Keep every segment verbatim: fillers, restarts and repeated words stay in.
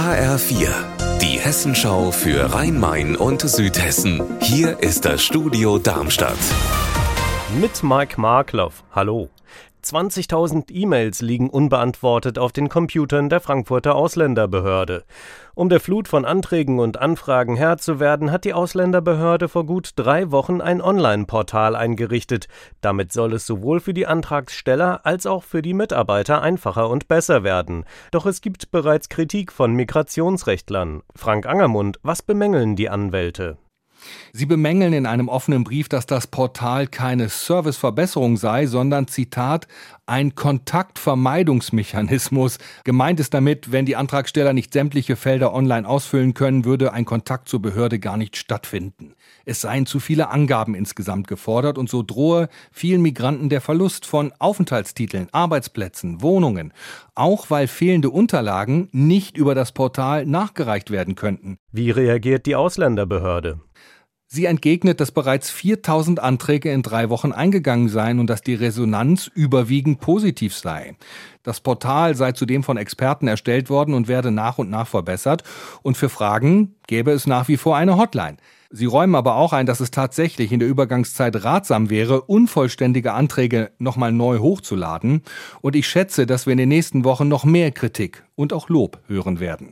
H R vier, die Hessenschau für Rhein-Main und Südhessen. Hier ist das Studio Darmstadt. Mit Mike Markloff. Hallo. zwanzigtausend E-Mails liegen unbeantwortet auf den Computern der Frankfurter Ausländerbehörde. Um der Flut von Anträgen und Anfragen Herr zu werden, hat die Ausländerbehörde vor gut drei Wochen ein Online-Portal eingerichtet. Damit soll es sowohl für die Antragsteller als auch für die Mitarbeiter einfacher und besser werden. Doch es gibt bereits Kritik von Migrationsrechtlern. Frank Angermund, was bemängeln die Anwälte? Sie bemängeln in einem offenen Brief, dass das Portal keine Serviceverbesserung sei, sondern, Zitat, ein Kontaktvermeidungsmechanismus. Gemeint ist damit, wenn die Antragsteller nicht sämtliche Felder online ausfüllen können, würde ein Kontakt zur Behörde gar nicht stattfinden. Es seien zu viele Angaben insgesamt gefordert und so drohe vielen Migranten der Verlust von Aufenthaltstiteln, Arbeitsplätzen, Wohnungen, auch weil fehlende Unterlagen nicht über das Portal nachgereicht werden könnten. Wie reagiert die Ausländerbehörde? Sie entgegnet, dass bereits viertausend Anträge in drei Wochen eingegangen seien und dass die Resonanz überwiegend positiv sei. Das Portal sei zudem von Experten erstellt worden und werde nach und nach verbessert. Und für Fragen gäbe es nach wie vor eine Hotline. Sie räumen aber auch ein, dass es tatsächlich in der Übergangszeit ratsam wäre, unvollständige Anträge nochmal neu hochzuladen. Und ich schätze, dass wir in den nächsten Wochen noch mehr Kritik und auch Lob hören werden.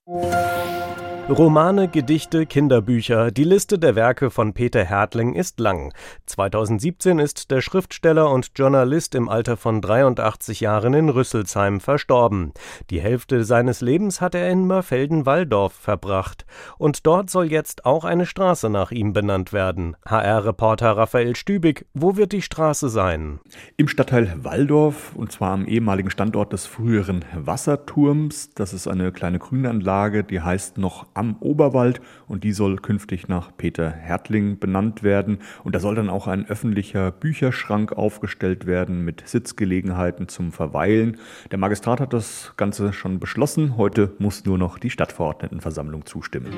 Romane, Gedichte, Kinderbücher, die Liste der Werke von Peter Härtling ist lang. zweitausendsiebzehn ist der Schriftsteller und Journalist im Alter von dreiundachtzig Jahren in Rüsselsheim verstorben. Die Hälfte seines Lebens hat er in Mörfelden-Walldorf verbracht. Und dort soll jetzt auch eine Straße nach ihm benannt werden. H R-Reporter Raphael Stübig, wo wird die Straße sein? Im Stadtteil Walldorf, und zwar am ehemaligen Standort des früheren Wasserturms. Das ist eine kleine Grünanlage, die heißt noch am Oberwald und die soll künftig nach Peter Härtling benannt werden. Und da soll dann auch ein öffentlicher Bücherschrank aufgestellt werden mit Sitzgelegenheiten zum Verweilen. Der Magistrat hat das Ganze schon beschlossen. Heute muss nur noch die Stadtverordnetenversammlung zustimmen.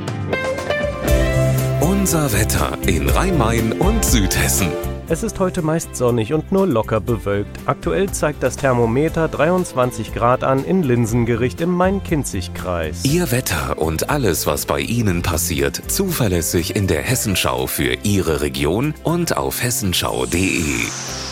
Unser Wetter in Rhein-Main und Südhessen. Es ist heute meist sonnig und nur locker bewölkt. Aktuell zeigt das Thermometer dreiundzwanzig Grad an in Linsengericht im Main-Kinzig-Kreis. Ihr Wetter und alles, was bei Ihnen passiert, zuverlässig in der Hessenschau für Ihre Region und auf hessenschau punkt de.